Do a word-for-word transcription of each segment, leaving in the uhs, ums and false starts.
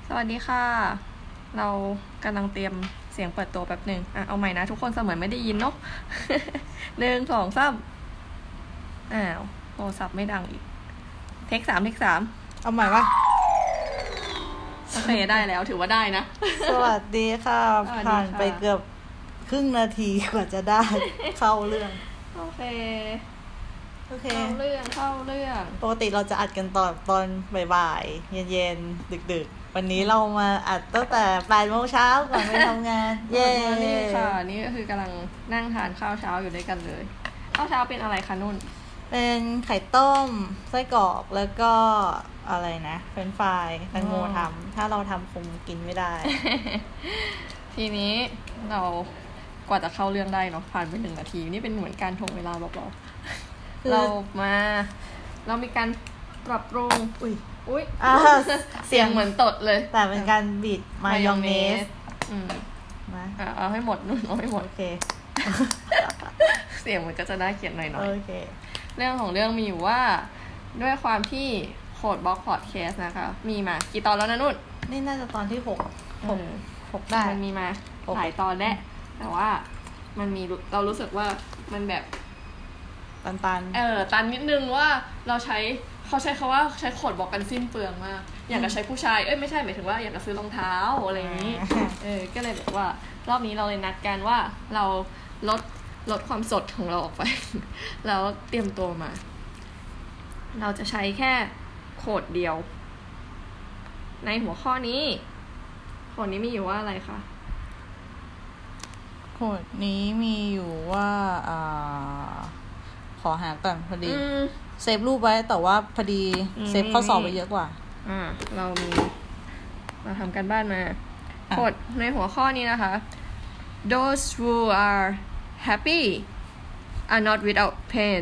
สวัสดีค่ะเรากำลังเตรียมเสียงเปิดตัวแป๊บหนึ่งอ่ะเอาใหม่นะทุกคนเสมือนไม่ได้ยินเนาะ หนึ่งสองสามอ้าวโทรศัพท์ไม่ดังอีกเทคสามเทคสามเอาใหม่ปะโอเคได้แล้วถือว่าได้นะสวัสดีค่ะผ่านไปเกือบครึ่งนาทีกว่าจะได้เข้าเรื่องโอเคโอเคเข้าเรื่องเข้าเรื่องปกติเราจะอัดกันตอนตอนบ่ายๆเย็นๆดึกๆวันนี้เรามาอัดตั้งแต่แปดโมงเช้าก่อนไปทำงานเย้นี่ค่ะนี่ก็คือกำลังนั่งทานข้าวเช้าอยู่ด้วยกันเลยข้าวเช้าเป็นอะไรคะนุ่นเป็นไข่ต้มไส้กรอกแล้วก็อะไรนะเฟรนช์ฟรายแตงโมทำถ้าเราทำคงกินไม่ได้ทีนี้เรากว่าจะเข้าเรื่องได้เนาะผ่านไปหนึ่งนาทีนี่เป็นเหมือนการทวงเวลาเบาๆเรามาเรามีการปรับปรุงอุ้ยอุ้ยเสียงเหมือนตดเลยแต่เป็นการบีบมายองเนสอืมมาเอาให้หมดนุ่นเอาให้หมดโอเคเสียงมันก็จะได้เขียนหน่อยๆโอเคเรื่องของเรื่องมีอยู่ว่าด้วยความที่โคดบล็อกพอดแคสต์นะคะมีมากี่ตอนแล้วนะนุ่นนี่น่าจะตอนที่หก หก หกได้มันมีมาหลายตอนแล้วแต่ว่ามันมีเรารู้สึกว่ามันแบบตันๆเออตันนิดนึงว่าเราใช้เขาใช้คำว่าใช้โคดบล็อกกันสิ้นเปลืองมากอย่างกับใช้ผู้ชายเอ้ยไม่ใช่หมายถึงว่าอย่างกับซื้อรองเท้าอะไรอย่างนี้เออก็เลยแบบว่ารอบนี้เราเลยนัดกันว่าเราลดลดความสดของเราออกไป แล้วเตรียมตัวมาเราจะใช้แค่โคดเดียวในหัวข้อนี้โคดนี้มีอยู่ว่าอะไรคะโคดนี้มีอยู่ว่าอ่าขอหาก่อนพอดีเซฟรูปไว้แต่ว่าพอดีเซฟข้อสอบไว้เยอะกว่าอ่าเรามีเราทำกันบ้านมาโคดในหัวข้อนี้นะคะ those who are happy are not without pain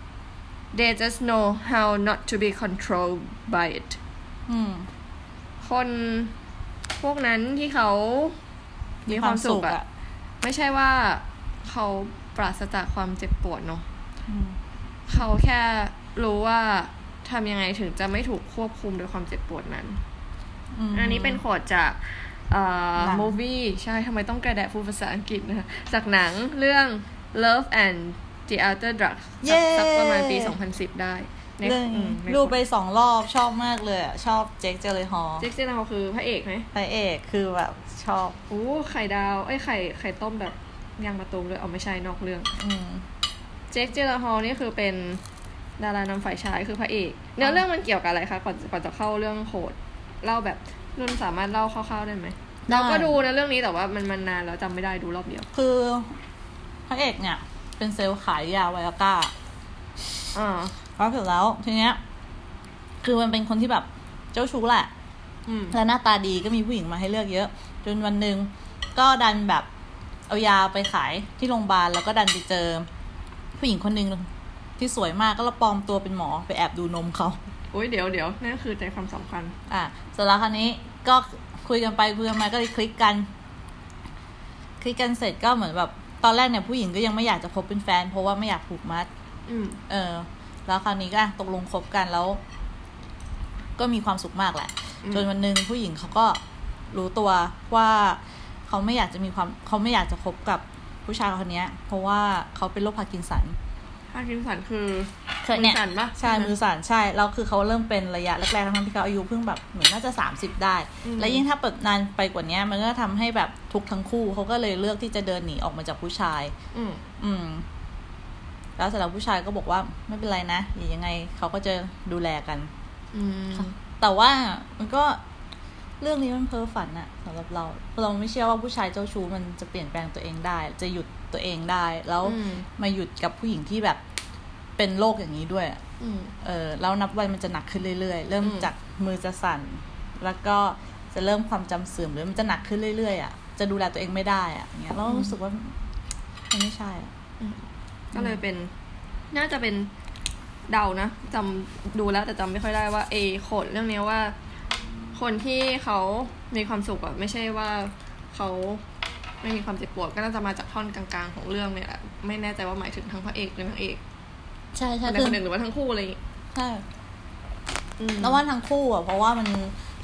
they just know how not to be controlled by it คนพวกนั้นที่เขามีความสุขอะไม่ใช่ว่าเขาปราศจากความเจ็บปวดเนาะเขาแค่รู้ว่าทำยังไงถึงจะไม่ถูกควบคุมโดยความเจ็บปวดนั้นอันนี้เป็นโคดจากเอ่อ movie ใช่ทำไมต้องกระแดะพูดภาษาอังกฤษนะจากหนังเรื่อง Love and the Other Drugs สักประมาณปีสองพันสิบได้เรื่องดูไปสองรอบชอบมากเลยอ่ะชอบเจคเจเลฮอลเจคเจเลฮอลคือพระเอกไหมพระเอกคือแบบชอบโอ้ไข่ดาวเอ้ยไข่ไข่ต้มแบบยางมะตูมด้วยเอาไม่ใช่นอกเรื่องเจคเจเลฮอลนี่คือเป็นดารานำฝ่ายชายคือพระเอกเนื้อเรื่องมันเกี่ยวกับอะไรคะก่อนก่อนจะเข้าเรื่องโคดเล่าแบบนุ่นสามารถเล่าคร่าวๆได้ไหมเราก็ดูนะเรื่องนี้แต่ว่ามันมันนานแล้วจำไม่ได้ดูรอบเดียวคือพระเอกเนี่ยเป็นเซลล์ขายยาไวอาก้าอ่าพอเสร็จแล้วทีเนี้ยคือมันเป็นคนที่แบบเจ้าชู้แหละแล้วหน้าตาดีก็มีผู้หญิงมาให้เลือกเยอะจนวันนึงก็ดันแบบเอายาไปขายที่โรงพยาบาลแล้วก็ดันไปเจอผู้หญิงคนนึงที่สวยมากก็ละปลอมตัวเป็นหมอไปแอบดูนมเขาโอ้ยเดี๋ยวเดี๋ยวนั่นคือใจความสำคัญอ่ะเสร็จแล้วคราวนี้ก็คุยกันไปคุยกันมาก็เลยคลิกกันคลิกกันเสร็จก็เหมือนแบบตอนแรกเนี่ยผู้หญิงก็ยังไม่อยากจะคบเป็นแฟนเพราะว่าไม่อยากผูกมัดอืมเออแล้วคราวนี้ก็ตกลงคบกันแล้วก็มีความสุขมากแหละจนวันนึงผู้หญิงเขาก็รู้ตัวว่าเขาไม่อยากจะมีความเขาไม่อยากจะคบกับผู้ชายคนนี้เพราะว่าเขาเป็นโรคพาร์กินสันพาร์กินสันคือมือสั่นปะใช่มือสั่นใช่แล้วคือเขาเริ่มเป็นระยะแรกๆทั้งที่เขาอายุเพิ่งแบบเหมือนน่าจะสามสิบได้แล้วยิ่งถ้าเปิดนานไปกว่านี้มันก็ทำให้แบบทุกทั้งคู่เขาก็เลยเลือกที่จะเดินหนีออกมาจากผู้ชายอืมอืมแล้วเสร็จแล้วผู้ชายก็บอกว่าไม่เป็นไรนะยังไงเขาก็จะดูแลกันอืมแต่ว่ามันก็เรื่องนี้มันเพ้อฝันอะสำหรับเราเราไม่เชื่อว่าผู้ชายเจ้าชู้มันจะเปลี่ยนแปลงตัวเองได้จะหยุดตัวเองได้แล้วมาหยุดกับผู้หญิงที่แบบเป็นโรคอย่างนี้ด้วยเออแล้วนับวันมันจะหนักขึ้นเรื่อยๆเริ่มจากมือจะสั่นแล้วก็จะเริ่มความจำเสื่อมหรือมันจะหนักขึ้นเรื่อยๆอ่ะจะดูแลตัวเองไม่ได้อ่ะอย่างเงี้ยเรารู้สึกว่ามันไม่ใช่อ่ะก็เลยเป็นน่าจะเป็นเดานะจำดูแล้วแต่จำไม่ค่อยได้ว่าเอโคดเรื่องนี้ว่าคนที่เขามีความสุขอ่ะไม่ใช่ว่าเขาไม่มีความเจ็บปวดก็น่าจะมาจากท่อนกลางๆของเรื่องเนี่ยแหละไม่แน่ใจว่าหมายถึงทั้งพระเอกหรือนางเอกใช่ใช่คือคนหนึ่งหรือว่าทั้งคู่อะไรใช่แล้วว่าทั้งคู่อ่ะเพราะว่ามัน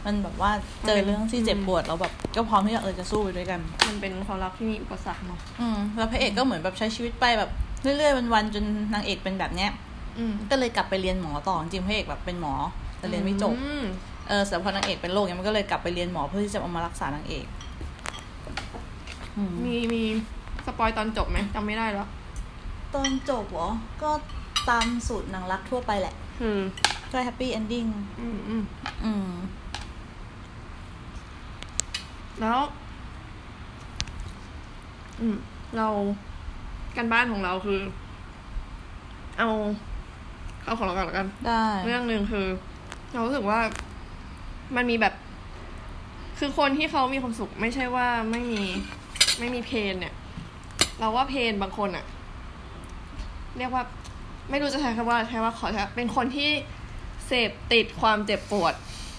มันแบบว่าเจอเรื่องที่เจ็บปวดแล้วแบบก็พร้อมที่จะเออจะสู้ไปด้วยกันมันเป็นความรักที่มีอุปสรรคเนาะอืมแล้วพระเอกก็เหมือนแบบใช้ชีวิตไปแบบเรื่อยๆวันๆจนนางเอกเป็นแบบเนี้ยก็เลยกลับไปเรียนหมอต่อจริงพระเอกแบบเป็นหมอแต่เรียนไม่จบเออแต่พอนางเอกเป็นโรคเนี้ยมันก็เลยกลับไปเรียนหมอเพื่อที่จะเอามารักษานางเอกมีมีสปอยตอนจบไหมจำไม่ได้แล้วตอนจบเหรอก็ตามสูตรหนังรักทั่วไปแหละอืมก็แฮปปี้เอนดิ้งอืมอืมอืมแล้วอืมเราการบ้านของเราคือเอาเอาของเราก่อนแล้วกันได้เรื่องนึงคือเรารู้สึกว่ามันมีแบบคือคนที่เขามีความสุขไม่ใช่ว่าไม่มีไม่มีเพนเนี่ยเราว่าเพนบางคนอะเรียกว่าไม่รู้จะใช้คำว่าใช้ว่าขอใช้เป็นคนที่เสพติดความเจ็บปวด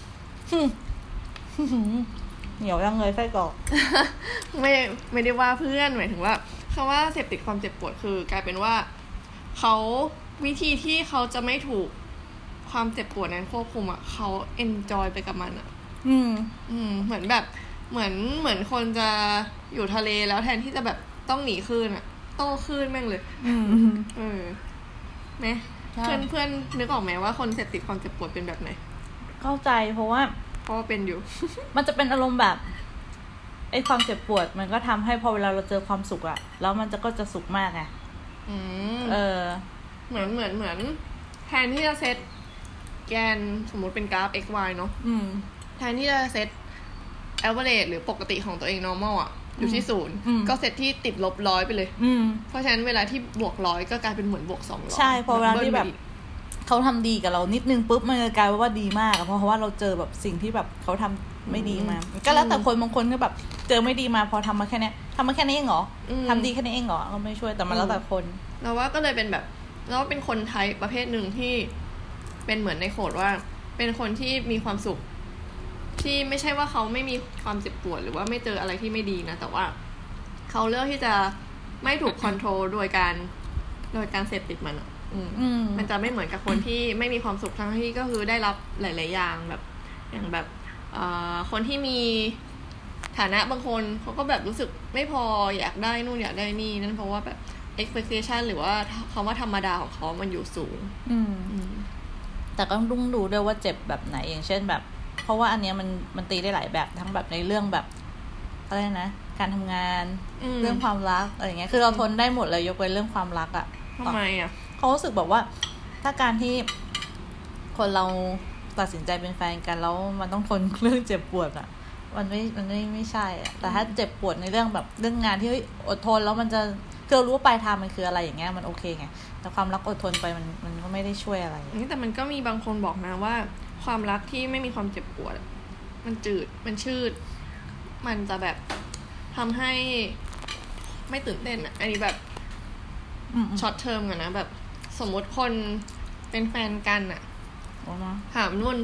เหนียวยังเลยไส้กรอกไม่ไม่ได้ว่าเพื่อนหมายถึงว่าคำว่าเสพติดความเจ็บปวดคือกลายเป็นว่าเขาวิธีที่เขาจะไม่ถูกความเจ็บปวดนั้นควบคุมอ่ะเขาเอนจอยไปกับมันอ่ะอืมอืมเหมือนแบบเหมือนเหมือนคนจะอยู่ทะเลแล้วแทนที่จะแบบต้องหนีคลื่นอ่ะโต้คลื่นแม่งเลยอืมเออไหมเพื่อนเพื่อนนึกออกไหมว่าคนเสพติดความเจ็บปวดเป็นแบบไหนเข้าใจเพราะว่าเพราะว่าเป็นอยู่มันจะเป็นอารมณ์แบบไอ้ความเจ็บปวดมันก็ทำให้พอเวลาเราเจอความสุขอะแล้วมันจะก็จะสุขมากไงอืมเออเหมือนเหมือนเหมือนแทนที่จะเซตแกนสมมุติเป็นกราฟ x y เนาะแทนที่จะเซต average หรือปกติของตัวเอง normal อ่ะอยู่ที่ศูนย์ก็เซตที่ติดลบร้อยไปเลยเพราะฉะนั้นเวลาที่บวกร้อยก็กลายเป็นเหมือนบวกสองร้อยใช่พอเวลาที่แบบเขาทำดีกับเรานิดนึงปุ๊บมันจะกลายว่าดีมากเพราะว่าเราเจอแบบสิ่งที่แบบเขาทำไม่ดีมาก็แล้วแต่คนบางคนก็แบบเจอไม่ดีมาพอทำมาแค่นี้ทำมาแค่นี้เองเหรอทำดีแค่นี้เองเหรอก็ไม่ช่วยแต่มันแล้วแต่คนเราว่าก็เลยเป็นแบบเราว่าเป็นคนไทยประเภทหนึ่งที่เป็นเหมือนในโคดว่าเป็นคนที่มีความสุขที่ไม่ใช่ว่าเขาไม่มีความเจ็บปวดหรือว่าไม่เจออะไรที่ไม่ดีนะแต่ว่าเขาเลือกที่จะไม่ถูกคอนโทรลโดยการโดยการเสพติดมันอ่ะมันจะไม่เหมือนกับคนที่ไม่มีความสุขทั้งที่ก็คือได้รับหลายๆอย่างแบบอย่างแบบคนที่มีฐานะบางคนเขาก็แบบรู้สึกไม่พออยากได้นู่นอยากได้นี่นั่นเพราะว่าแบบ expectation หรือว่าคำว่าธรรมดาของเขามันอยู่สูงแต่ก็ต้องดูด้วยว่าเจ็บแบบไหนอย่างเช่นแบบเพราะว่าอันเนี้ยมันมันตีได้หลายแบบทั้งแบบในเรื่องแบบอะไรนะการทำงานเรื่องความรักอะไรเงี้ยคือเราทนได้หมดเลยยกเว้นเรื่องความรักอ่ะทำไมอ่ะเขารู้สึกแบบว่าถ้าการที่คนเราตัดสินใจเป็นแฟนกันแล้วมันต้องทนเรื่องเจ็บปวดอ่ะมันไม่มันไม่ไม่ใช่อ่ะแต่ถ้าเจ็บปวดในเรื่องแบบเรื่องงานที่อดทนแล้วมันจะคือเรารู้ว่าปลายทางมันคืออะไรอย่างเงี้ยมันโอเคไงแต่ความรักอดทนไปมันมันก็ไม่ได้ช่วยอะไรนี่แต่มันก็มีบางคนบอกนะว่าความรักที่ไม่มีความเจ็บปวดมันจืดมันชืดมันจะแบบทำให้ไม่ตื่นเต้นอ่ะอันนี้แบบช็อตเทอมกันนะแบบสมมติคนเป็นแฟนกันอ่ะถามนุ่น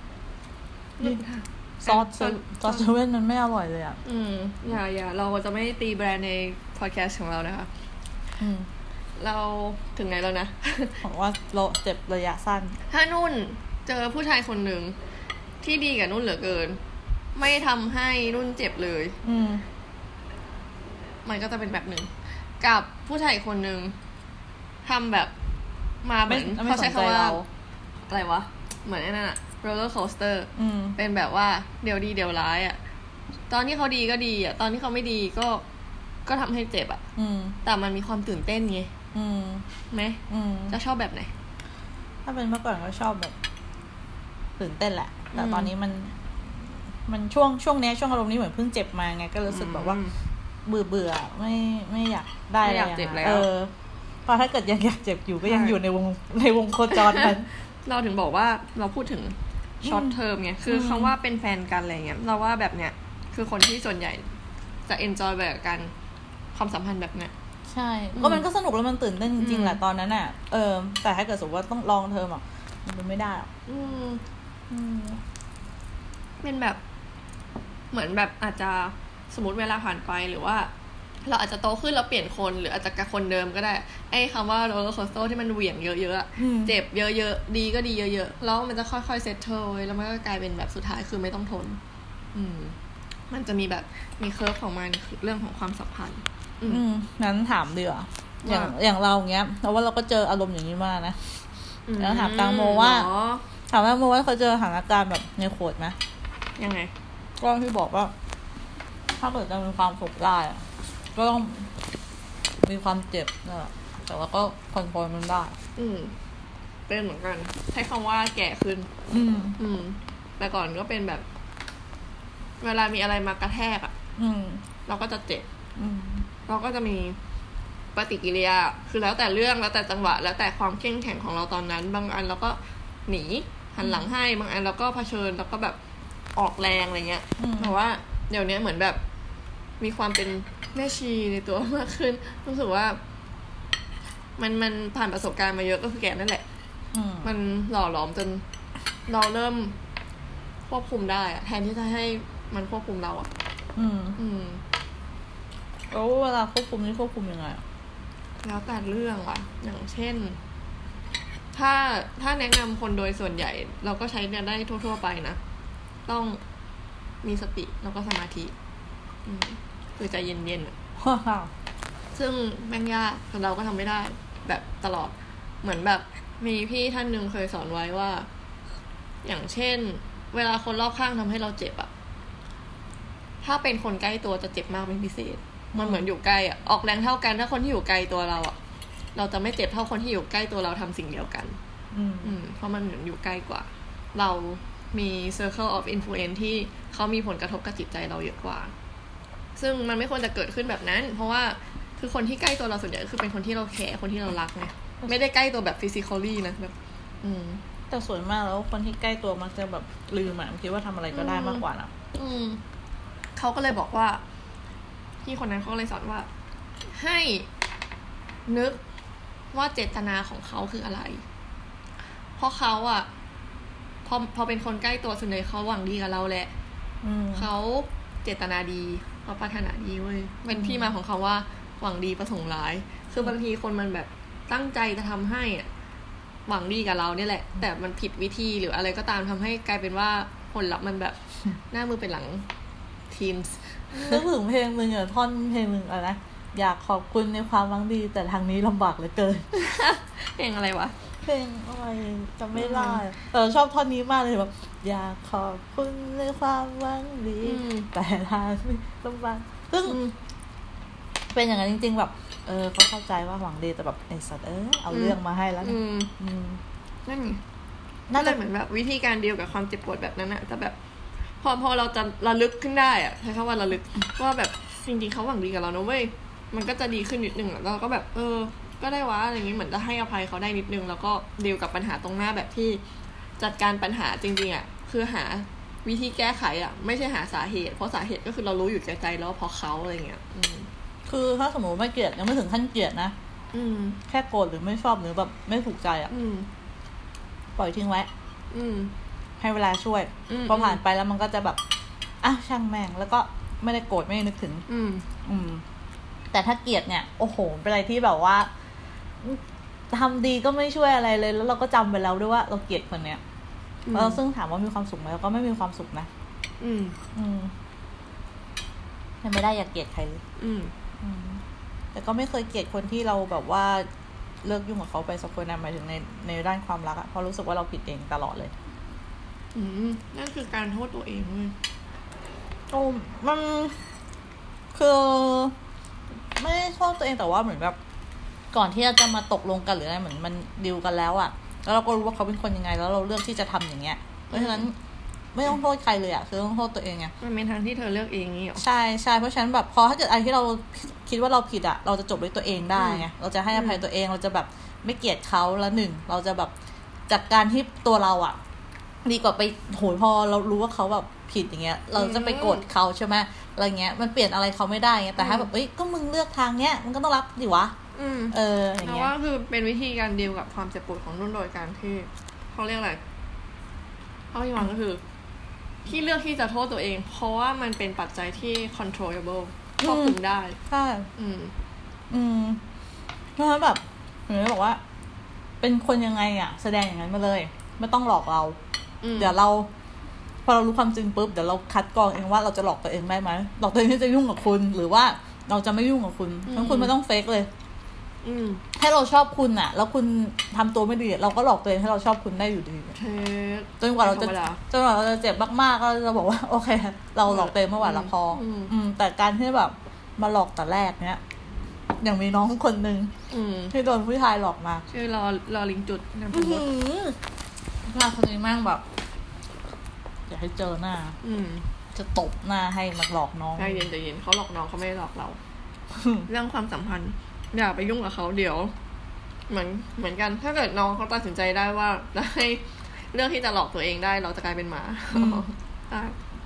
ซอสซอสเซเว่นมันไม่อร่อยเลยอ่ะอืมอย่าอย่าเราจะไม่ตีแบรนด์ในพอดแคสต์ของเรานะคะอืมเราถึงไหนแล้วนะบอกว่าเราเจ็บระยะสั้นถ้านุ่นเจอผู้ชายคนหนึ่งที่ดีกับนุ่นเหลือเกินไม่ทำให้นุ่นเจ็บเลยอืมมันก็จะเป็นแบบหนึ่งกับผู้ชายคนหนึ่งทำแบบมาเหมือนเขาใช้คำว่าอะไรวะเหมือนไอ้นั่นอะ roller coaster เป็นแบบว่าเดี๋ยวดีเดี๋ยวร้ายอะตอนที่เขาดีก็ดีอะตอนที่เขาไม่ดีก็ก็ทำให้เจ็บอะแต่มันมีความตื่นเต้นไงไหมจะชอบแบบไหนถ้าเป็นเมื่อก่อนก็ชอบแบบตื่นเต้นแหละแต่ตอนนี้มันมันช่วงช่วงนี้ช่วงอารมณ์นี้เหมือนเพิ่งเจ็บมาไงก็รู้สึกแบบว่าเบื่อเบื่อไม่ไม่อยากได้ไม่อยากเจ็บแล้วเออพอถ้าเกิดยังอยากเจ็บอยู่ก็ยังอยู่ในวงในวงโคจรนั้นเราถึงบอกว่าเราพูดถึงช็อตเทอมไงคือคำว่าเป็นแฟนกันอะไรเงี้ยเราว่าแบบเนี้ยคือคนที่ส่วนใหญ่จะเอนจอยแบบกันความสัมพันธ์แบบเนี้ยใช่ก็มันก็สนุกแล้วมันตื่นเต้นจริงๆแหละตอนนั้นอ่ะเออแต่ถ้าเกิดสมมติว่าต้องลองเทอมอ่ะมันไม่ได้หรอกอืมอืมเป็นแบบเหมือนแบบอาจจะสมมติเวลาผ่านไปหรือว่าเราอาจจะโตขึ้นแล้วเปลี่ยนคนหรืออาจจะกับคนเดิมก็ได้ไอ้คำว่าโรลเลอร์โคสเตอร์ที่มันเหวี่ยงเยอะๆอะเจ็บเยอะๆดีก็ดีเยอะๆแล้วมันจะค่อยๆเซตเทิลแล้วมันก็กลายเป็นแบบสุดท้ายคือไม่ต้องทนอืมมันจะมีแบบมีเคอร์ฟของมันคือเรื่องของความสัมพันธ์อืมงั้นถามดีกว่าอย่างอย่างเราเงี้ยเราว่าเราก็เจออารมณ์อย่างนี้มากนะแล้วถามตังโมว่าถามตังโมว่าเขาเจอสถานการณ์แบบในโคดไหมยังไงก็ที่บอกว่าถ้าเกิดจะมีความสุขได้ก็ต้องมีความเจ็บนะแต่ว่าก็คอนโทรลมันได้อืมเป็นเหมือนกันใช้คำว่าแก่ขึ้นอืมอืมแต่ก่อนก็เป็นแบบเวลามีอะไรมากระแทกอ่ะอืมเราก็จะเจ็บอืมเราก็จะมีปฏิกิริยาคือแล้วแต่เรื่องแล้วแต่จังหวะแล้วแต่ความเข้มแข็งของเราตอนนั้นบางอันเราก็หนีหันหลังให้บางอันเราก็เผชิญแล้วก็แบบออกแรงอะไรเงี้ยแต่ว่าเดี๋ยวนี้เหมือนแบบมีความเป็นแม่ชีในตัวมากขึ้นรู้สึกว่ามันมันผ่านประสบการณ์มาเยอะก็คือแกนั่นแหละมันหล่อหลอมจนเราเริ่มควบคุมได้อะแทนที่จะให้มันควบคุมเราอะอืมอืมแล้วเวลาควบคุมนี่ควบคุมยังไงแล้วแต่เรื่องว่ะอย่างเช่นถ้าถ้าแนะนำคนโดยส่วนใหญ่เราก็ใช้เนี่ยได้ทั่วๆไปนะต้องมีสติแล้วก็สมาธิอืมคือใจเย็นๆอ่ะซึ่งแม่งยากแต่เราก็ทำไม่ได้แบบตลอดเหมือนแบบมีพี่ท่านหนึ่งเคยสอนไว้ว่าอย่างเช่นเวลาคนรอบข้างทำให้เราเจ็บอ่ะถ้าเป็นคนใกล้ตัวจะเจ็บมากเป็นพิเศษมันเหมือนอยู่ใกล้อ่ะออกแรงเท่ากันถ้าคนที่อยู่ไกลตัวเราอ่ะเราจะไม่เจ็บเท่าคนที่อยู่ใกล้ตัวเราทำสิ่งเดียวกันอืมอืมเพราะมันเหมือนอยู่ใกล้กว่าเรามี circle of influence ที่เขามีผลกระทบกับจิตใจเราเยอะกว่าซึ่งมันไม่ควรจะเกิดขึ้นแบบนั้นเพราะว่าคือคนที่ใกล้ตัวเราส่วนใหญ่คือเป็นคนที่เราแคร์คนที่เรารักไงไม่ได้ใกล้ตัวแบบ physically นะแบบอืมแต่ส่วนมากแล้วคนที่ใกล้ตัวมักจะแบบลืมอ่ะคิดว่าทำอะไรก็ได้มากกว่านะอืมเขาก็เลยบอกว่าพี่คนนั้นเขาก็เลยสอนว่าให้นึกว่าเจตนาของเขาคืออะไรเพราะเขาอ่ะพอพอเป็นคนใกล้ตัวส่วนใหญ่เขาหวังดีกับเราแหละเขาเจตนาดีเขาปรารถนาดีเว้ยเป็นที่มาของเขาว่าหวังดีประสงค์ร้ายคือบางทีคนมันแบบตั้งใจจะทำให้อ่ะหวังดีกับเราเนี่ยแหละแต่มันผิดวิธีหรืออะไรก็ตามทำให้กลายเป็นว่าผลลัพธ์มันแบบหน้ามือเป็นหลังทีมส์นึกถึงเพลงมึงอ่ะท่อนเพลงมึงอะไรนะอยากขอบคุณในความหวังดีแต่ทางนี้ลำบากเหลือเกินเพลงอะไรวะเพลงอะไรจำไม่ได้แต่ชอบท่อนนี้มากเลยแบบอยากขอบคุณในความหวังดีแต่ทางนี้ลำบากซึ่งเป็นอย่างนั้นจริงๆแบบเออเขาเข้าใจว่าหวังดีแต่แบบไอ้สัตว์เออเอาเรื่องมาให้แล้วนะนั่นน่าจะเหมือนแบบวิธีการเดียวกับความเจ็บปวดแบบนั้นอะแต่แบบพอพอเราจะระลึกขึ้นได้อะใช้คำว่าระลึกว่าแบบจริงๆเขาหวังดีกับเรานะเว้ยมันก็จะดีขึ้นนิดนึงแล้วก็แบบเออก็ได้วะอะไรอย่างงี้เหมือนจะให้อภัยเขาได้นิดนึงแล้วก็ดีลกับปัญหาตรงหน้าแบบที่จัดการปัญหาจริงๆอะคือหาวิธีแก้ไขอะไม่ใช่หาสาเหตุเพราะสาเหตุก็คือเรารู้อยู่แก่ใจแล้วเพราะเขาอะไรเงี้ยคือถ้าสมมติไม่เกลียดยังไม่ถึงขั้นเกลียดนะแค่โกรธหรือไม่ชอบหรือแบบไม่ถูกใจอะปล่อยทิ้งไว้ให้เวลาช่วยพอผ่านไปแล้วมันก็จะแบบอ่ะช่างแม่งแล้วก็ไม่ได้โกรธไม่ได้นึกถึงอืมอืมแต่ถ้าเกลียดเนี่ยโอ้โหเป็นอะไรที่แบบว่าทำดีก็ไม่ช่วยอะไรเลยแล้วเราก็จำไปแล้วด้วยว่าเราเกลียดคนเนี้ยแล้วซึ่งถามว่ามีความสุขไหมเราก็ไม่มีความสุขนะอืมอืมไม่ได้อยากเกลียดใครเลยอืมอืมแต่ก็ไม่เคยเกลียดคนที่เราแบบว่าเลิกยุ่งกับเขาไปสักคนนะหมายถึงในในด้านความรักอะเพราะรู้สึกว่าเราผิดเองตลอดเลยอืมนั่นคือการโทษตัวเองเลยโอ้มันคือไม่ได้โทษตัวเองแต่ว่าเหมือนแบบก่อนที่จะมาตกลงกันหรืออะไรเหมือนมันดีลกันแล้วอะแล้วเราก็รู้ว่าเขาเป็นคนยังไงแล้วเราเลือกที่จะทำอย่างเงี้ยเพราะฉะนั้นไม่ต้องโทษใครเลยอะคือต้องโทษตัวเองไงมันเป็นทางที่เธอเลือกเองนี่หรอใช่ใช่เพราะฉะนั้นแบบพอถ้าเกิดอะไรที่เราคิดว่าเราผิดอะเราจะจบด้วยตัวเองได้ไงเราจะให้อภัยตัวเองเราจะแบบไม่เกลียดเขาละหนึ่งเราจะแบบจัดการที่ตัวเราอะดีกว่าไปโหยพอเรารู้ว่าเขาแบบผิดอย่างเงี้ยเราจะไปโกรธเขาใช่ไหมอะไรเงี้ยมันเปลี่ยนอะไรเขาไม่ได้ไงแต่ถ้าแบบเอ้ยก็มึงเลือกทางเนี้ยมันก็ต้องรับดิวะเอออย่างเงี้ยว่าคือเป็นวิธีการดีลกับความเจ็บปวดของนุ่นโดยการที่เขาเรียกอะไรเขาที่วางก็คือที่เลือกที่จะโทษตัวเองเพราะว่ามันเป็นปัจจัยที่ controllable ควบคุมได้ใช่อืมอืมเพราะฉะนั้นแบบหนูจะบอกว่าเป็นคนยังไงอ่ะแสดงอย่างนั้นมาเลยไม่ต้องหลอกเราเดี๋ยวเราพอเรารู้ความจริงปุ๊บเดี๋ยวเราคัดกรองเองว่าเราจะหลอกตัวเองได้ไหมหลอกตัวเองที่จะยุ่งกับคุณหรือว่าเราจะไม่ยุ่งกับคุณทั้งคุณไม่ต้องเฟกเลยให้เราชอบคุณอ่ะแล้วคุณทำตัวไม่ดีเราก็หลอกตัวเองให้เราชอบคุณได้อยู่ดีจนกว่าเราจะจนกว่าเราจะเจ็บมากๆก็จะบอกว่าโอเคเราหลอกตัวเองเมื่อวานละพออืมแต่การที่แบบมาหลอกแต่แรกเนี้ยอย่างมีน้องคนนึงที่โดนผู้ชายหลอกมาชื่อรอรอลิงจุดนะผู้ชายคนนี้มั่งแบบอยากให้เจอหน้าจะตบหน้าให้มาหลอกน้องใจเย็นใจเย็นเขาหลอกน้องเขาไม่ได้หลอกเราเรื่องความสัมพันธ์อย่าไปยุ่งกับเขาเดี๋ยวเหมือนเหมือนกันถ้าเกิดน้องเขาตัดสินใจได้ว่าได้เรื่องที่จะหลอกตัวเองได้เราจะกลายเป็นหมาได้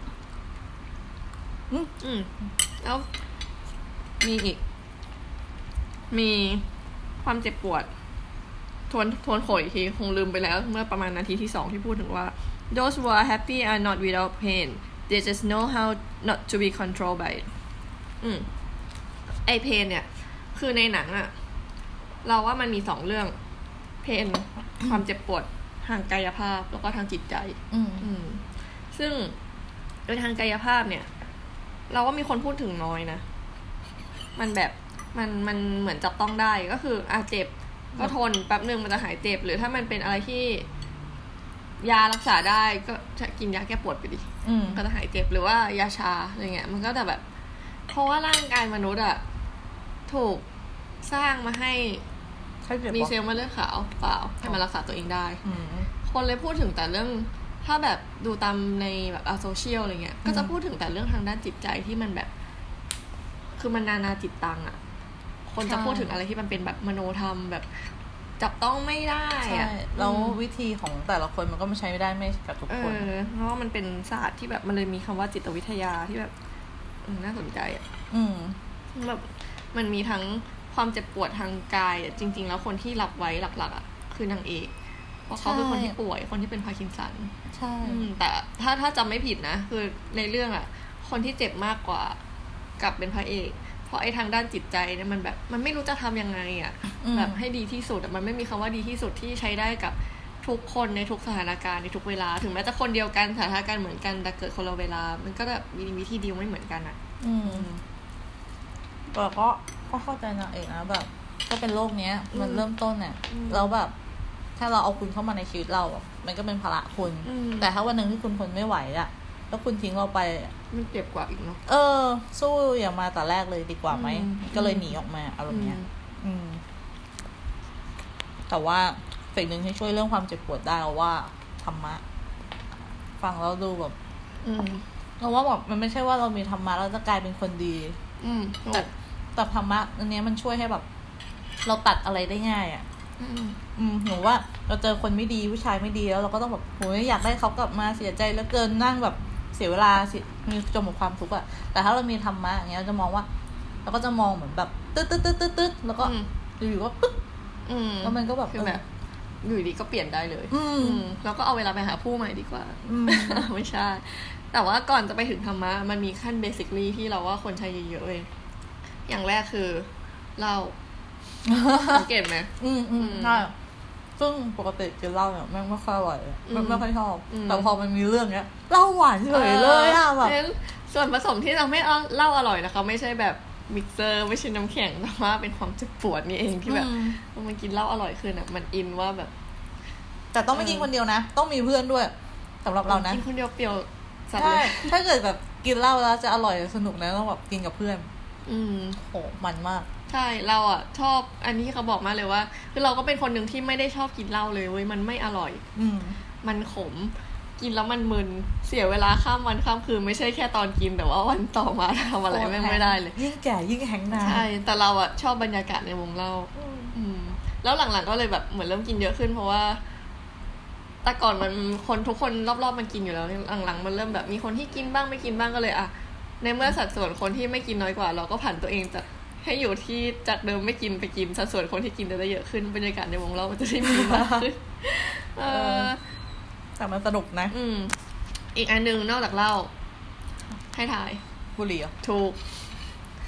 อืมแล้วมีอีกมีความเจ็บปวดทวนทวนโขยทีคงลืมไปแล้วเมื่อประมาณนาทีที่สองที่พูดถึงว่า those who are happy are not without pain they just know how not to be controlled by it อืมไอเพนเนี่ยคือในหนังอะเราว่ามันมีสองเรื่องเพน ความเจ็บปวดทางกายภาพแล้วก็ทางจิตใจอืมอืมซึ่งโดยทางกายภาพเนี่ยเราว่ามีคนพูดถึงน้อยนะมันแบบมันมันเหมือนจับต้องได้ก็คืออ่ะเจ็บก็ทนแป๊บนึงมันจะหายเจ็บหรือถ้ามันเป็นอะไรที่ยารักษาได้ก็จะกินยาแก้ปวดไปดิก็จะหายเจ็บหรือว่ายาชาอะไรเงี้ยมันก็จะแบบเพราะว่าร่างกายมนุษย์อะถูกสร้างมาให้มีเซลล์มะเร็งขาวเปล่าให้มันรักษาตัวเองได้คนเลยพูดถึงแต่เรื่องถ้าแบบดูตามในแบบโซเชียลอะไรเงี้ยก็จะพูดถึงแต่เรื่องทางด้านจิตใจที่มันแบบคือมันนานาจิตตังอะคนจะพูดถึงอะไรที่มันเป็นแบบมโนธรรมแบบจับต้องไม่ได้อะแล้ววิธีของแต่ละคนมันก็ไม่ใช้ไม่ได้ไม่กับทุกคนเพราะว่ามันเป็นศาสตร์ที่แบบมันเลยมีคำว่าจิตวิทยาที่แบบน่าสนใจอ่ะแบบมันมีทั้งความเจ็บปวดทางกายจริงๆแล้วคนที่รับไว้หลักๆอ่ะคือนางเอกเพราะเขาเป็นคนที่ป่วยคนที่เป็นพาร์กินสันใช่แต่ถ้าถ้าจำไม่ผิดนะคือในเรื่องอ่ะคนที่เจ็บมากกว่ากับเป็นพระเอกเพราะไอ้ทางด้านจิตใจเนี่ยมันแบบมันไม่รู้จะทำยังไงอ่ะแบบให้ดีที่สุดมันไม่มีคำว่าดีที่สุดที่ใช้ได้กับทุกคนในทุกสถานการณ์ในทุกเวลาถึงแม้จะคนเดียวกันสถานการณ์เหมือนกันแต่เกิดคนละเวลามันก็แบบมีวิธีดีลไม่เหมือนกันอ่ะอืมแต่ก็ก็เข้าใจนางเอกนะแบบก็เป็นโลกเนี้ยมันเริ่มต้นเนี่ยแล้วแบบถ้าเราเอาคุณเข้ามาในชีวิตเรามันก็เป็นภาระคุณแต่ถ้าวันนึงที่คุณทนไม่ไหวอ่ะแล้วคุณทิ้งเราไปมันเจ็บกว่าอีกเนาะเออสู้อย่ามาแต่แรกเลยดีกว่าไหมก็เลยหนีออกมาอารมณ์เนี้ยอืมแต่ว่าสิ่งหนึ่งที่ช่วยเรื่องความเจ็บปวดได้ว่าธรรมะฟังแล้วดูแบบอืมเราว่าแบบมันไม่ใช่ว่าเรามีธรรมะแล้วจะกลายเป็นคนดีอืมแต่แต่ธรรมะอันนี้มันช่วยให้แบบเราตัดอะไรได้ง่ายอ่ะอืมอืมหนูว่าเราเจอคนไม่ดีผู้ชายไม่ดีแล้วเราก็ต้องแบบโหอยากได้เขากลับมาเสียใจแล้วเกินนั่งแบบเสียเวลาสิมีจมกับความทุกข์อ่ะแต่ถ้าเรามีธรรมะอย่างเงี้ยเราจะมองว่าเราก็จะมองเหมือนแบบตึ๊ดตึ๊ดตึ๊ดตึ๊ดตึ๊ดแล้วก็อยู่ๆก็ปึ๊บแล้วมันก็แบบคือแบบอยู่ดีก็เปลี่ยนได้เลยอืมแล้วก็เอาเวลาไปหาผู้ใหม่ดีกว่าไม่ใช่แต่ว่าก่อนจะไปถึงธรรมะมันมีขั้นเบสิคลี่ที่เราว่าคนใช้เยอะๆเลยอย่างแรกคือเหล้าสังเกตไหมอืมอืมใช่ซึ่งปกติกินเหล้าเนี่ยแม่งไม่ค่อยอร่อยไม่ไม่ค่อยชอบแต่พอมันมีเรื่องเนี้ยเหล้าหวานเฉยเลยอ่ะแบบส่วนผสมที่ทำให้เหล้าอร่อยนะคะไม่ใช่แบบมิกเซอร์ไม่ใช่น้ำแข็งแต่ว่าเป็นความเจ็บปวดนี่เองที่แบบมันกินเหล้าอร่อยขึ้นอ่ะมันอินว่าแบบแต่ต้องไม่กินคนเดียวนะต้องมีเพื่อนด้วยสำหรับเรานะกินคนเดียวเปรี้ยวสัตว์เลยถ้าเกิดแบบกินเหล้าแล้วจะอร่อยสนุกนะต้องแบบกินกับเพื่อนอืมโหมันมากใช่เราอ่ะชอบอันนี้เขาบอกมาเลยว่าคือเราก็เป็นคนหนึ่งที่ไม่ได้ชอบกินเหล้าเลยเว้ยมันไม่อร่อยอืมมันขมกินแล้วมันมึนเสียเวลาข้ามวันข้ามคืนไม่ใช่แค่ตอนกินแต่ว่าวันต่อมาทำอะไรแม่งไม่ได้เลยยิ่งแก่ยิ่งแห้งนานใช่แต่เราอ่ะชอบบรรยากาศในวงเหล้าอืมแล้วหลังๆก็เลยแบบเหมือนเริ่มกินเยอะขึ้นเพราะว่าแต่ก่อนมันคนทุกคนรอบๆมันกินอยู่แล้วหลังๆมันเริ่มแบบมีคนที่กินบ้างไม่กินบ้างก็เลยอ่ะในเมื่อสัดส่วนคนที่ไม่กินน้อยกว่าเราก็ผันตัวเองจากให้อยู่ที่จากเดิมไม่กินไปกินสัดส่วนคนที่กินจะได้เยอะขึ้นบรรยากาศในวงเรามันจะได้มีมากขึ้นเออแต่มันสนุกนะอืมอีกอันนึงนอกจากเหล้าให้ถ่ายบุหรี่อ่ะถูก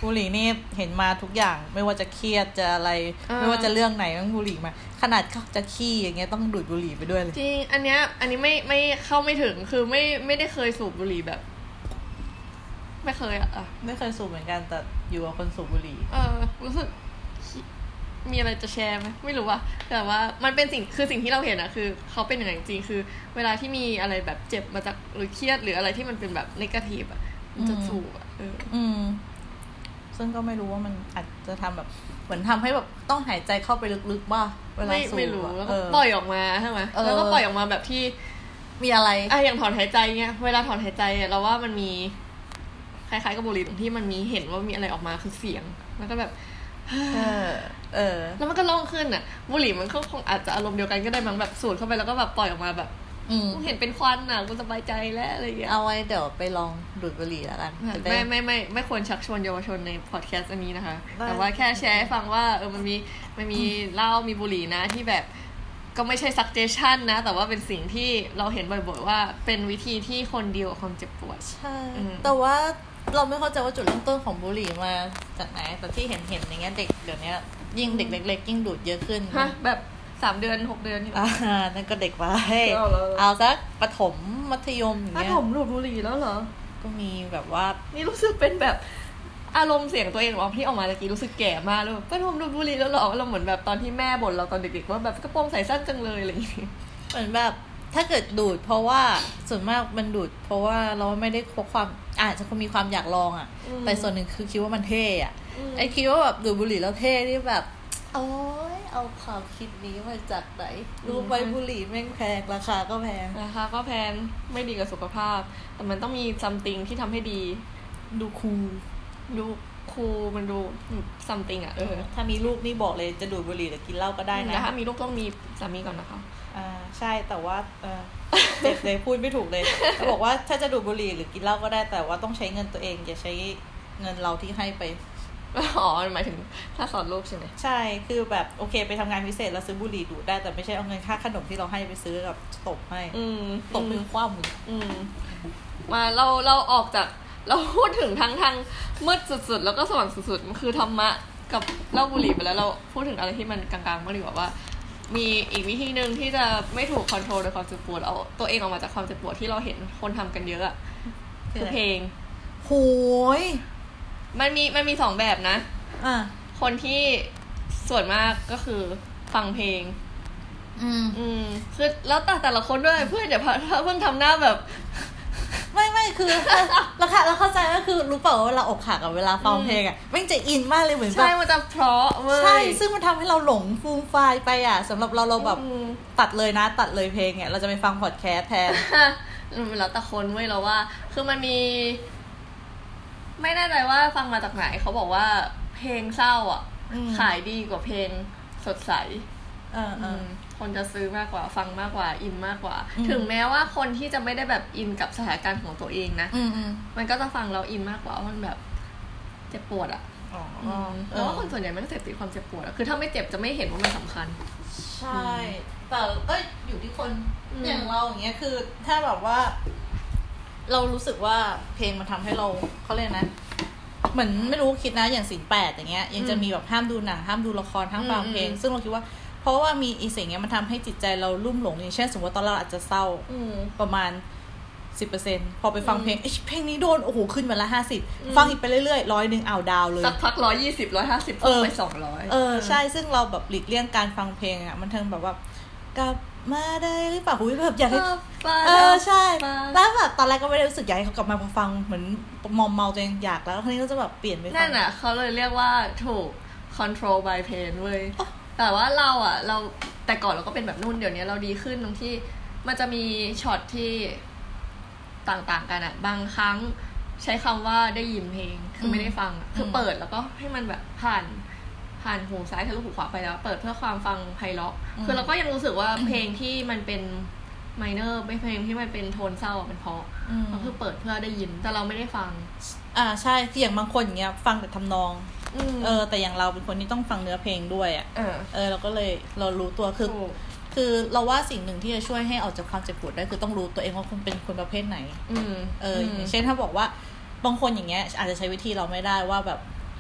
บุหรี่นี่เห็นมาทุกอย่างไม่ว่าจะเครียดจะอะไรไม่ว่าจะเรื่องไหนต้องบุหรี่มาขนาดจะขี้อย่างเงี้ยต้องดูดบุหรี่ไปด้วยเลยจริงอันเนี้ยอันนี้ไม่ไม่เข้าไม่ถึงคือไม่ไม่ได้เคยสูบบุหรี่แบบไม่เคยอ่ะไม่เคยสูบเหมือนกันแต่อยู่กับคนสูบบุหรี่เออรู้สึกมีอะไรจะแชร์ไหมไม่รู้อะแต่ว่ามันเป็นสิ่งคือสิ่งที่เราเห็นอะคือเขาเป็นอย่างไรจริงคือเวลาที่มีอะไรแบบเจ็บมาจากหรือเครียดหรืออะไรที่มันเป็นแบบเนกาทีฟอะมันจะสูบอะเอออืมซึ่งก็ไม่รู้ว่ามันอาจจะทำแบบเหมือนทำให้แบบต้องหายใจเข้าไปลึกๆว่าเวลาสูบไม่รู้แล้วก็ปล่อยออกมาใช่ไหมแล้วก็ปล่อยออกมาแบบที่มีอะไรอ่ะอย่างถอนหายใจเงี้ยเวลาถอนหายใจเราว่ามันมีคล้ายๆกับบุหรี่ตรงที่มันมีเห็นว่ามีอะไรออกมาคือเสียงแล้วก็แบบเออเออแล้วมันก็โล่งขึ้นอ่ะบุหรี่มันก็คงอาจจะอารมณ์เดียวกันก็ได้มั้งแบบสูดเข้าไปแล้วก็แบบปล่อยออกมาแบบอืมเห็นเป็นควันอ่ะกูสบายใจแล้วอะไรอย่างเงี้ยเอาไว้เดี๋ยวไปลองดูดบุหรี่แล้วกันไม่ไม่ไม่ไม่ควรชักชวนเยาวชนในพอดแคสต์อันนี้นะคะแต่ว่าแค่แชร์ให้ฟังว่าเออมันมีมันมีเหล้ามีบุหรี่นะที่แบบก็ไม่ใช่ suggestion นะแต่ว่าเป็นสิ่งที่เราเห็นบ่อยๆว่าเป็นวิธีที่คนเดียวกับความเจ็บปวดใช่แต่ว่าเราไม่เข้าใจว่าจุดเริ่มต้นของบุหรี่มาจากไหนแต่ที่เห็นเห็นอย่างเงี้ยเด็กเดี๋ยวนี้ยิ่งเด็กเล็กๆยิ่งดูดเยอะขึ้นฮะแบบสามเดือนหกเดือนนี่อ่านั่นก็เด็กไปเอาสักประถมมัธยมอย่างเงี้ยประถมดูดบุหรี่แล้วเหรอก็มีแบบว่านี่รู้สึกเป็นแบบอารมณ์เสียงตัวเองออกที่ออกมาตะกี้รู้สึกแก่มากเลยประถมดูดบุหรี่แล้วเหรอเราเหมือนแบบตอนที่แม่บ่นเราตอนเด็กๆว่าแบบกระโปรงใส่สั้นจังเลยอะไรอย่างงี้เหมือนแบบถ้าเกิดดูดเพราะว่าส่วนมากมันดูดเพราะว่าเราไม่ได้พกความอาจจะคงมีความอยากลองอ่ะแต่ส่วนหนึ่งคือคิดว่ามันเท่อ่ะไอ้คิดว่าแบบดูดบุหรี่แล้วเท่ที่แบบโอ๊ยเอาความคิดนี้มาจากไหนรู้ไหมบุหรี่แม่งแพงราคาก็แพงราคาก็แพงไม่ดีกับสุขภาพแต่มันต้องมีซัมติงที่ทำให้ดีดูคูลดูคูลมันดูซัมติงอ่ะเออถ้ามีลูกนี่บอกเลยจะดูดบุหรี่หรือกินเหล้าก็ได้นะถ้ามีลูกต้องมีสามีก่อนนะคะอ่าใช่แต่ว่าเออเจ็บเลยพูดไม่ถูกเลยเขาบอกว่าถ้าจะดูดบุหรี่หรือกินเหล้าก็ได้แต่ว่าต้องใช้เงินตัวเองอย่าใช้เงินเราที่ให้ไปอ๋อหมายถึงถ้าสอนลูกใช่ไหมใช่คือแบบโอเคไปทำงานพิเศษแล้วซื้อบุหรี่ดูดได้แต่ไม่ใช่เอาเงินค่าขนมที่เราให้ไปซื้อกับตบให้ตบมือคว่ำมือมาเราเราออกจากเราพูดถึงทั้งทางมืดสุดๆแล้วก็สว่างสุดๆมันคือธรรมะกับเหล้าบุหรี่ไปแล้วเราพูดถึงอะไรที่มันกลางๆมากดีกว่าว่ามีอีกวิธีนึงที่จะไม่ถูกคอนโทรลโดยความเจ็บปวดเอาตัวเองออกมาจากความเจ็บปวดที่เราเห็นคนทำกันเยอะอะคือเพลงโหยมันมีมันมีสองแบบนะอ่ะคนที่ส่วนมากก็คือฟังเพลงอืมอืมคือแล้วแต่แต่ละคนด้วยเพื่อนอย่าเพิ่งทำหน้าแบบไม่ไม่คือเราค่ะเราเข้าใจก็คือรู้เปล่าว่าเวลาอกหักกับเวลาฟังเพลงอ่ะแม่งจะอินมากเลยเหมือนแบบใช่มันจะเพราะเว้ยใช่ซึ่งมันทำให้เราหลงฟูมไฟไปอ่ะสำหรับเราเราแบบตัดเลยนะตัดเลยเพลงเนี่ยเราจะไปฟังพอดแคสต์แทนแล้วแต่คนเว้ยเราว่าคือมันมีไม่แน่ใจว่าฟังมาจากไหนเขาบอกว่าเพลงเศร้าอ่ะขายดีกว่าเพลงสดใสเออเออคนจะซื้อมากกว่าฟังมากกว่าอินมากกว่าถึงแม้ว่าคนที่จะไม่ได้แบบอินกับสถานการณ์ของตัวเองนะมันก็จะฟังแล้วอินมากกว่ามันแบบเจ็บปวดอ่ะแล้วว่าคนส่วนใหญ่มันเสพติดความเจ็บปวดคือถ้าไม่เจ็บจะไม่เห็นว่ามันสำคัญใช่แต่ก็อยู่ที่คนอย่างเราอย่างเงี้ยคือถ้าแบบว่าเรารู้สึกว่าเพลงมันทำให้เราเขาเรียกนะเหมือนไม่รู้คิดนะอย่างศีลแปดอย่างเงี้ยยังจะมีแบบห้ามดูหนังห้ามดูละครห้ามฟังเพลงซึ่งเราคิดว่าเพราะว่ามีอีสิ่งเงี้ยมันทำให้จิตใจเราลุ่มหลงอย่างเช่นสมมติว่าตอนเราอาจจะเศร้าประมาณ สิบเปอร์เซ็นต์ พอไปฟังเพลงเพลงนี้โดนโอ้โหขึ้นมาละห้าสิบฟังอีกไปเรื่อยๆร้อยนึงเอาดาวเลยสักพักหนึ่งร้อยยี่สิบ หนึ่งร้อยห้าสิบขึ้นไปสองร้อยเออใช่ซึ่งเราแบบหลีกเลี่ยงการฟังเพลงอ่ะมันทั้งแบบว่ากลับมาได้หรือเปล่าหุยแบบอยากให้เออใช่แล้วแบบตอนแรกก็ไม่ได้รู้สึกอยากให้เขากลับมาพอฟังเหมือนมอมเมาตัวเองอยากแล้วทีนี้ก็จะแบบเปลี่ยนไปนั่นน่ะเขาเลยเรียกว่าถูก control by pain เว้ยแต่ว่าเราอ่ะเราแต่ก่อนเราก็เป็นแบบนู่นเดี๋ยวนี้เราดีขึ้นตรงที่มันจะมีช็อตที่ต่างๆกันอ่ะบางครั้งใช้คำว่าได้ยินเพลงคือไม่ได้ฟังคือเปิดแล้วก็ให้มันแบบผ่านผ่านหูซ้ายทะลุหูขวาไปแล้วเปิดเพื่อความฟังไพเราะคือเราก็ยังรู้สึกว่าเพลงที่มันเป็นไมเนอร์ไม่เพลงที่มันเป็นโทนเศร้ามันเพราะก็คือเปิดเพื่อได้ยินแต่เราไม่ได้ฟังอ่าใช่คืออย่างบางคนอย่างเงี้ยฟังแต่ทำนองเออแต่อย่างเราเป็นคนที่ต้องฟังเนื้อเพลงด้วยอ่ะเออเออเราก็เลยเรารู้ตัวคือคือเราว่าสิ่งหนึ่งที่จะช่วยให้ออกจากความเจ็บปวดได้คือต้องรู้ตัวเองว่าคุณเป็นคนประเภทไหนเอออย่างเช่นถ้าบอกว่าบางคนอย่างเงี้ยอาจจะใช้วิธีเราไม่ได้ว่าแบบ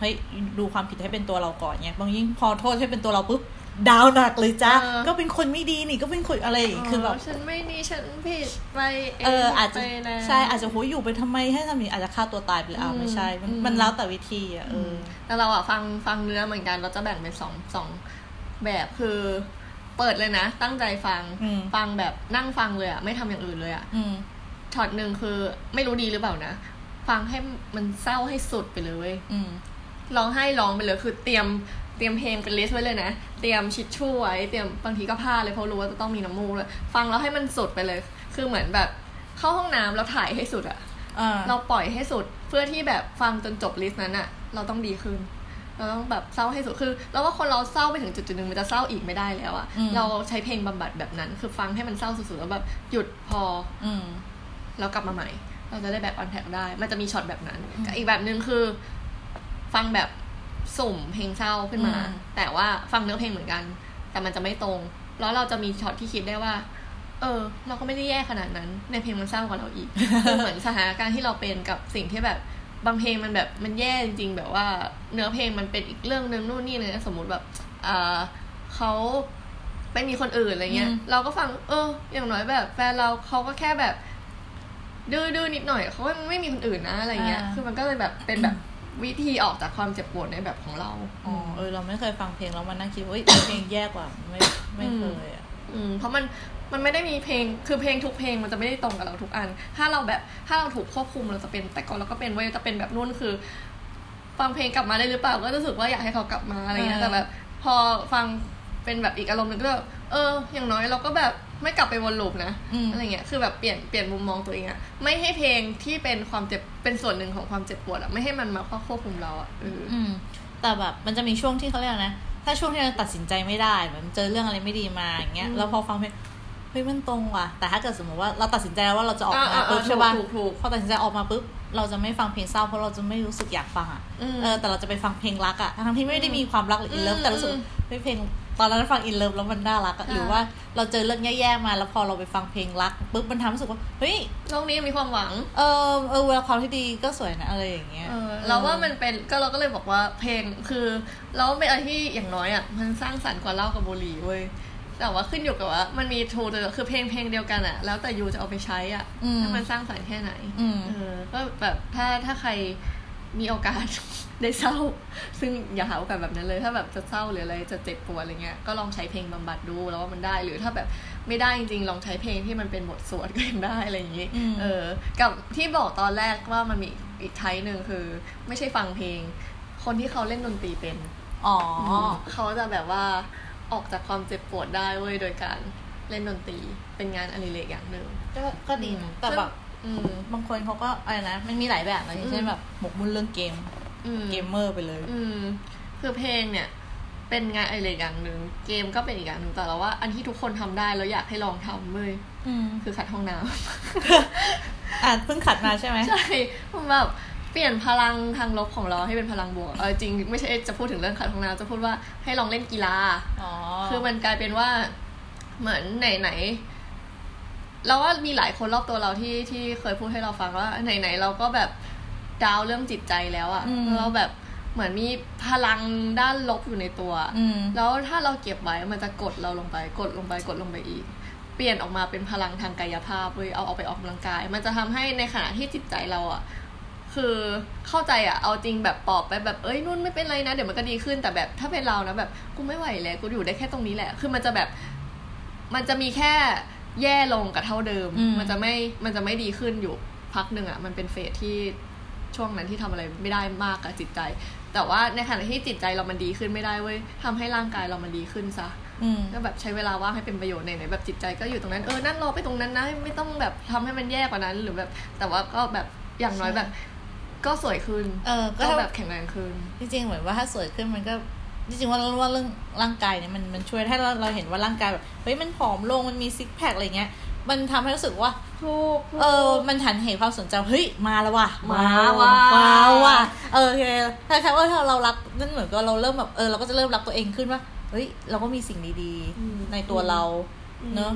เฮ้ยดูความผิดให้เป็นตัวเราก่อนเนี่ยบางยิ่งพอโทษให้เป็นตัวเราปุ๊บดาวหนักเลยจ้าก็เป็นคนไม่ดีนี่ก็เป็นคนอะไรคือแบบฉันไม่ดีฉันผิดไปเองเอออาจจะใช่อาจจะโหอยู่ไปทำไมให้ทำนี้อาจจะฆ่าตัวตายไปเลยอ้าวไม่ใช่มันแล้วแต่วิธีอ่ะเออแต่เราอ่ะฟังฟังเนื้อเหมือนกันเราจะแบ่งเป็นสองสองแบบคือเปิดเลยนะตั้งใจฟังฟังแบบนั่งฟังเลยอ่ะไม่ทำอย่างอื่นเลยอ่ะช็อตนึงคือไม่รู้ดีหรือเปล่านะฟังให้มันเศร้าให้สุดไปเลยร้องให้ร้องไปเลยคือเตรียมเตรียมเพลงเป็นลิสต์ไว้เลยนะเตรียมชิชชู่ไว้เตรียมบางทีก็ผ้าเลยเพราะรู้ว่าจะต้องมีน้ำมูกเลยฟังแล้วให้มันสุดไปเลยคือเหมือนแบบเข้าห้องน้ำแล้วถ่ายให้สุดอ่ะเราปล่อยให้สุดเพื่อที่แบบฟังจนจบลิสต์นั้นอ่ะเราต้องดีขึ้นเราต้องแบบเศร้าให้สุดคือเราว่าคนเราเศร้าไปถึงจุดจุดนึงมันจะเศร้าอีกไม่ได้แล้วอ่ะเราใช้เพลงบำบัดแบบนั้นคือฟังให้มันเศร้าสุดๆแล้วแบบหยุดพอแล้วกลับมาใหม่เราจะได้แบบออนแท็กได้มันจะมีช็อตแบบนั้นอีกแบบนึงคือฟังแบบสุ่มเพลงเศร้าขึ้นมาแต่ว่าฟังเนื้อเพลงเหมือนกันแต่มันจะไม่ตรงแล้วเราจะมีช็อตที่คิดได้ว่าเออเราก็ไม่ได้แย่ขนาดนั้นในเพลงมันเศร้ากว่าเราอีก คือเหมือนสถานการณ์ที่เราเป็นกับสิ่งที่แบบบางเพลงมันแบบมันแย่จริงๆแบบว่าเนื้อเพลงมันเป็นอีกเรื่องนึงนู่นนี่เลยสมมติแบบอ่าเขาไม่มีคนอื่นอะไรเงี้ยเราก็ฟังเอออย่างน้อยแบบแฟนเราเขาก็แค่แบบดื้อๆนิดหน่อยเขาไม่มีคนอื่นนะอะไรเงี้ยคือมันก็เลยแบบเป็นแบบวิธีออกจากความเจ็บปวดในแบบของเราอ๋อเออเราไม่เคยฟังเพลงแล้วมันนั่งคิดว่าเพลงแย่กว่าไม่ไม่เคยอ่ะอืมเพราะมันมันไม่ได้มีเพลงคือเพลงทุกเพลงมันจะไม่ได้ตรงกับเราทุกอันถ้าเราแบบถ้าเราถูกควบคุมเราจะเป็นแต่ก่อนเราก็เป็นเว้ยจะเป็นแบบนู่นคือฟังเพลงกลับมาได้หรือเปล่าก็รู้สึกว่าอยากให้เขากลับมาอะไรเงี้ยแต่แบบพอฟังเป็นแบบอีกอารมณ์นึงก็แบบเอออย่างน้อยเราก็แบบไม่กลับไปวนลูปนะอะไรเงี้ยคือแบบเปลี่ยนเปลี่ยนมุมมองตัวเองอะไม่ให้เพลงที่เป็นความเจ็บเป็นส่วนหนึ่งของความเจ็บปวดอะไม่ให้มันมาควบคุมเราอะอืมแต่แบบมันจะมีช่วงที่เขาเรียกนะถ้าช่วงที่เราตัดสินใจไม่ได้เหมือนเจอเรื่องอะไรไม่ดีมาอย่างเงี้ยแล้วพอฟังเพลงเฮ้ยมันตรงว่ะแต่ถ้าเกิดสมมติว่าเราตัดสินใจแล้วว่าเราจะออกมาปุ๊บใช่ป่ะพอตัดสินใจออกมาปุ๊บเราจะไม่ฟังเพลงเศร้าเพราะเราจะไม่รู้สึกอยากฟังอ่ะเออแต่เราจะไปฟังเพลงรักอ่ะทั้งที่ไม่ได้มีความรักหรืออินเลิฟแต่รู้สึกเพลงตอนนั้นฟังอินเลิฟแล้วมันน่ารักหรือว่าเราเจอเรื่องแย่ๆมาแล้วพอเราไปฟังเพลงรักปุ๊บมันทำให้รู้สึกว่าเฮ้ยโลกนี้มีความหวังเออเออเวลาความที่ดีก็สวยนะอะไรอย่างเงี้ยเราว่ามันเป็นก็เราก็เลยบอกว่าเพลงคือเราเป็นอะไรที่อย่างน้อยอ่ะมันสร้างสรรค์กว่าเหล้ากับบุหรี่เว้ยแต่ว่าขึ้นอยู่กับว่ามันมีทูลคือเพลงเพลงเดียวกันอ่ะแล้วแต่ยูจะเอาไปใช้อ่ะถ้ามันสร้างสรรค์แค่ไหนเออก็แบบถ้าถ้าใครมีโอกาสได้เศร้าซึ่งอย่าหาโอกาสแบบนั้นเลยถ้าแบบจะเศร้าหรืออะไรจะเจ็บปวดอะไรเงี้ยก็ลองใช้เพลงบำบัดดูแล้วว่ามันได้หรือถ้าแบบไม่ได้จริงๆลองใช้เพลงที่มันเป็นบทสวดก็ยังได้อะไรอย่างงี้เออกับที่บอกตอนแรกว่ามันมีอีกไทป์นึงคือไม่ใช่ฟังเพลงคนที่เขาเล่นดนตรีเป็นอ๋อเขาจะแบบว่าออกจากความเจ็บปวดได้เว้ยโดยการเล่นดนตรีเป็นงานอดิเรกอย่างนึงก็ก็ดีนะแต่แบบบางคนเขาก็อะไรนะมันมีหลายแบบนะอย่างเช่นแบบหมกมุ่นเรื่องเกมเกมเมอร์ไปเลยอืมคือเพลงเนี่ยเป็นงานอะไรอย่างหนึ่งเกมก็เป็นอีกอย่างหนึ่งแต่เราว่าอันที่ทุกคนทำได้แล้วอยากให้ลองทำเลยคือขัดห้องน้ำอ่ะเพิ่งขัดมาใช่ไหมใช่แบบเปลี่ยนพลังทางลบของเราให้เป็นพลังบวกเออจริงไม่ใช่จะพูดถึงเรื่องขัดห้องน้ำจะพูดว่าให้ลองเล่นกีฬาอ๋อคือมันกลายเป็นว่าเหมือนไหนไหนเราว่ามีหลายคนรอบตัวเราที่ที่เคยพูดให้เราฟังว่าไหนๆเราก็แบบดาวเรื่องจิตใจแล้วอะเราแบบเหมือนมีพลังด้านลบอยู่ในตัวแล้วถ้าเราเก็บไว้มันจะกดเราลงไปกดลงไปกดลงไปอีกเปลี่ยนออกมาเป็นพลังทางกายภาพเลยเอาเอาไปออกกำลังกายมันจะทำให้ในขณะที่จิตใจเราอะคือเข้าใจอะเอาจริงแบบปอบไปแบบเอ้ยนุ่นไม่เป็นไรนะเดี๋ยวมันก็ดีขึ้นแต่แบบถ้าเป็นเรานะแบบกูไม่ไหวแล้วกูอยู่ได้แค่ตรงนี้แหละคือมันจะแบบมันจะมีแค่แย่ลงกับเท่าเดิมมันจะไม่มันจะไม่ดีขึ้นอยู่พักหนึ่งอ่ะมันเป็นเฟสที่ช่วงนั้นที่ทำอะไรไม่ได้มากกับจิตใจแต่ว่าในขณะที่จิตใจเรามันดีขึ้นไม่ได้เว้ยทำให้ร่างกายเรามันดีขึ้นซะก็แบบใช้เวลาว่างให้เป็นประโยชน์ในไหนแบบจิตใจก็อยู่ตรงนั้นเออนั่นรอไปตรงนั้นนะไม่ต้องแบบทำให้มันแย่กว่านั้นหรือแบบแต่ว่าก็แบบอย่างน้อยแบบก็สวยขึ้นเออก็แบบแข็งแรงขึ้นจริงๆเหมือนว่าถ้าสวยขึ้นมันก็จริงๆว่าว่าเรื่องร่างกายเนี่ยมันมันช่วยถ้าเราเราเห็นว่าร่างกายแบบเฮ้ยมันผอมลงมันมีซิกแพคอะไรเงี้ยมันทำให้รู้สึกว่าเออมันหันเหความสนใจเฮ้ยมาแล้วว่ะมาว่ะมาว่ะเออโอเคถ้าแค่ว่าถ้าเรารักนั่นเหมือนกับเราเริ่มแบบเออเราก็จะเริ่มรักตัวเองขึ้นว่าเฮ้ยเราก็มีสิ่งดีๆในตัวเราเนอะ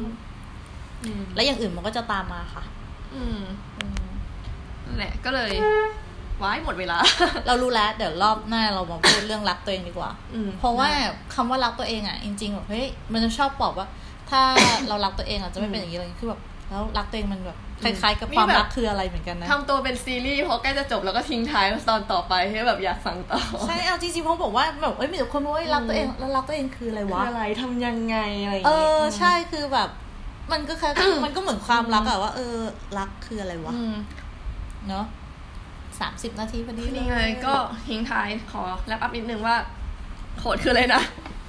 และอย่างอื่นมันก็จะตามมาค่ะอืมนั่นแหละก็เลยว้ายหมดเวลาเรารู้แล้วเดี๋ยวรอบหน้าเรามาพูดเรื่องรักตัวเองดีกว่าเพราะว่าคำว่ารักตัวเองอ่ะจริงๆแบบเฮ้ยมันจะชอบบอกว่าถ้าเรารักตัวเองอ่ะจะไม่เป็นอย่างนี้เลยคือแบบแล้วรักตัวเองมันแบบคล้ายๆกับความรักคืออะไรเหมือนกันนะทำตัวเป็นซีรีส์พอใกล้จะจบแล้วก็ทิ้งท้ายตอนต่อไปให้แบบอยากฟังต่อใช่เอาจริงๆเพราะบอกว่าแบบเอ้ยมีแต่คนบอกว่ารักตัวเองแล้วรักตัวเองคืออะไรวะคืออะไรทำยังไงอะไรอย่างเอเงี้ยอใช่คือแบบมันก็แค่มันก็เหมือนความรักอะว่าเออรักคืออะไรวะเนาะสามสิบนาทีพอดีเลยนี่ไงก็ทิ้งท้ายขอแรปอัพนิดนึงว่าโคตรคืออะไรนะ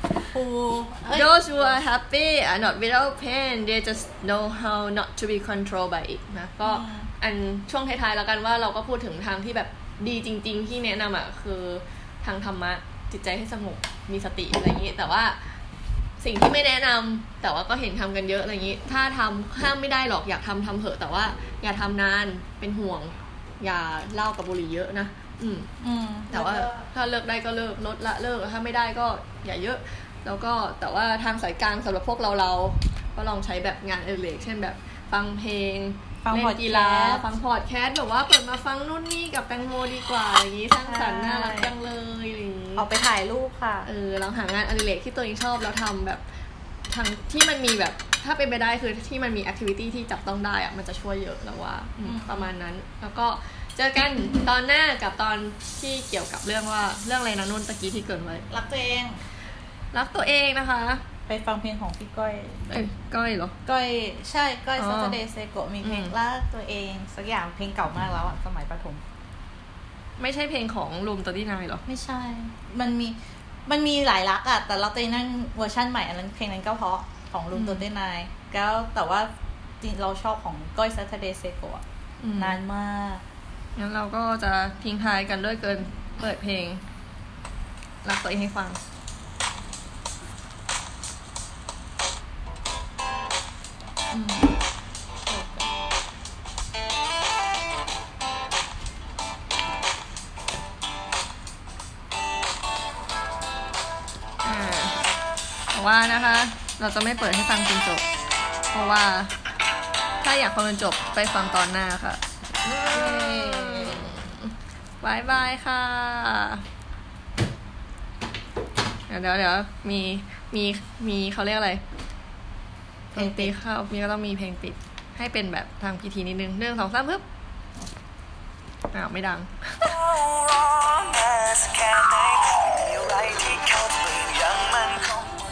Those who are happy are not without pain they just know how not to be controlled by it นะก็อันช่วงท้ายๆแล้วกันว่าเราก็พูดถึงทางที่แบบดีจริงๆที่แนะนำอ่ะคือทางธรรมะจิตใจให้สงบมีสติอะไรอย่างนี้แต่ว่าสิ่งที่ไม่แนะนำแต่ว่าก็เห็นทำกันเยอะอะไรอย่างนี้ถ้าทำห้ามไม่ได้หรอกอยากทำทำเถอะแต่ว่าอย่าทำนานเป็นห่วงอย่าเหล้ากับบุหรี่เยอะนะอืมอืมแต่ว่าถ้าเลิกได้ก็เลิกลดละเลิกถ้าไม่ได้ก็อย่าเยอะแล้วก็แต่ว่าทางสายกลางสำหรับพวกเราเราก็ลองใช้แบบงานอดิเรกเช่นแบบฟังเพลงเล่นกีฬาฟังพอดแคสต์แบบว่าเปิดมาฟังนู่นนี่กับแตงโมดีกว่าอย่างนี้สร้างสรรค์น่ารักจังเลยอะไรอย่างนี้ออกไปถ่ายรูปค่ะเออลองหางานอดิเรกที่ตัวเองชอบแล้วทำแบบทางที่มันมีแบบถ้าเป็นไปได้คือที่มันมีแอคทิวิตี้ที่จับต้องได้อะมันจะช่วยเยอะแล้วว่าประมาณนั้นแล้วก็เจอกันตอนหน้ากับตอนที่เกี่ยวกับเรื่องว่าเรื่องอะไรนะนุ่นตะกี้ที่เกิดไว้รักตัวเองรักตัวเองนะคะไปฟังเพลงของพี่ก้อยเอ้ยก้อยเหรอก้อยใช่ก้อย Saturday Seiko มีเพลงรักตัวเองสักอย่างเพลงเก่ามากแล้วอะสมัยประถมไม่ใช่เพลงของรูมตัวที่นายหรอไม่ใช่มันมีมันมีหลายรักอะแต่เราตัวนั่นเวอร์ชั่นใหม่อันนั้นเพลงนั้นก็เพราะของรูมตัวที่นายก็แต่ว่าจริงเราชอบของก้อย Saturday Seiko นานมากงั้นเราก็จะทิ้งท้ายกันด้วยเกินเปิดเพลงรักตัวเองให้ฟังว่านะคะเราจะไม่เปิดให้ฟังจนจบเพราะว่าถ้าอยากฟังจนจบไปฟังตอนหน้าค่ะบายบายค่ะเดี๋ยวเดี๋ยวมีมีมีเขาเรียกอะไรเพลงตีเข้ามีก็ต้องมีเพลงปิดให้เป็นแบบทางพิธีนิดนึงหนึ่งสองสามปึ๊บอ้าวไม่ดัง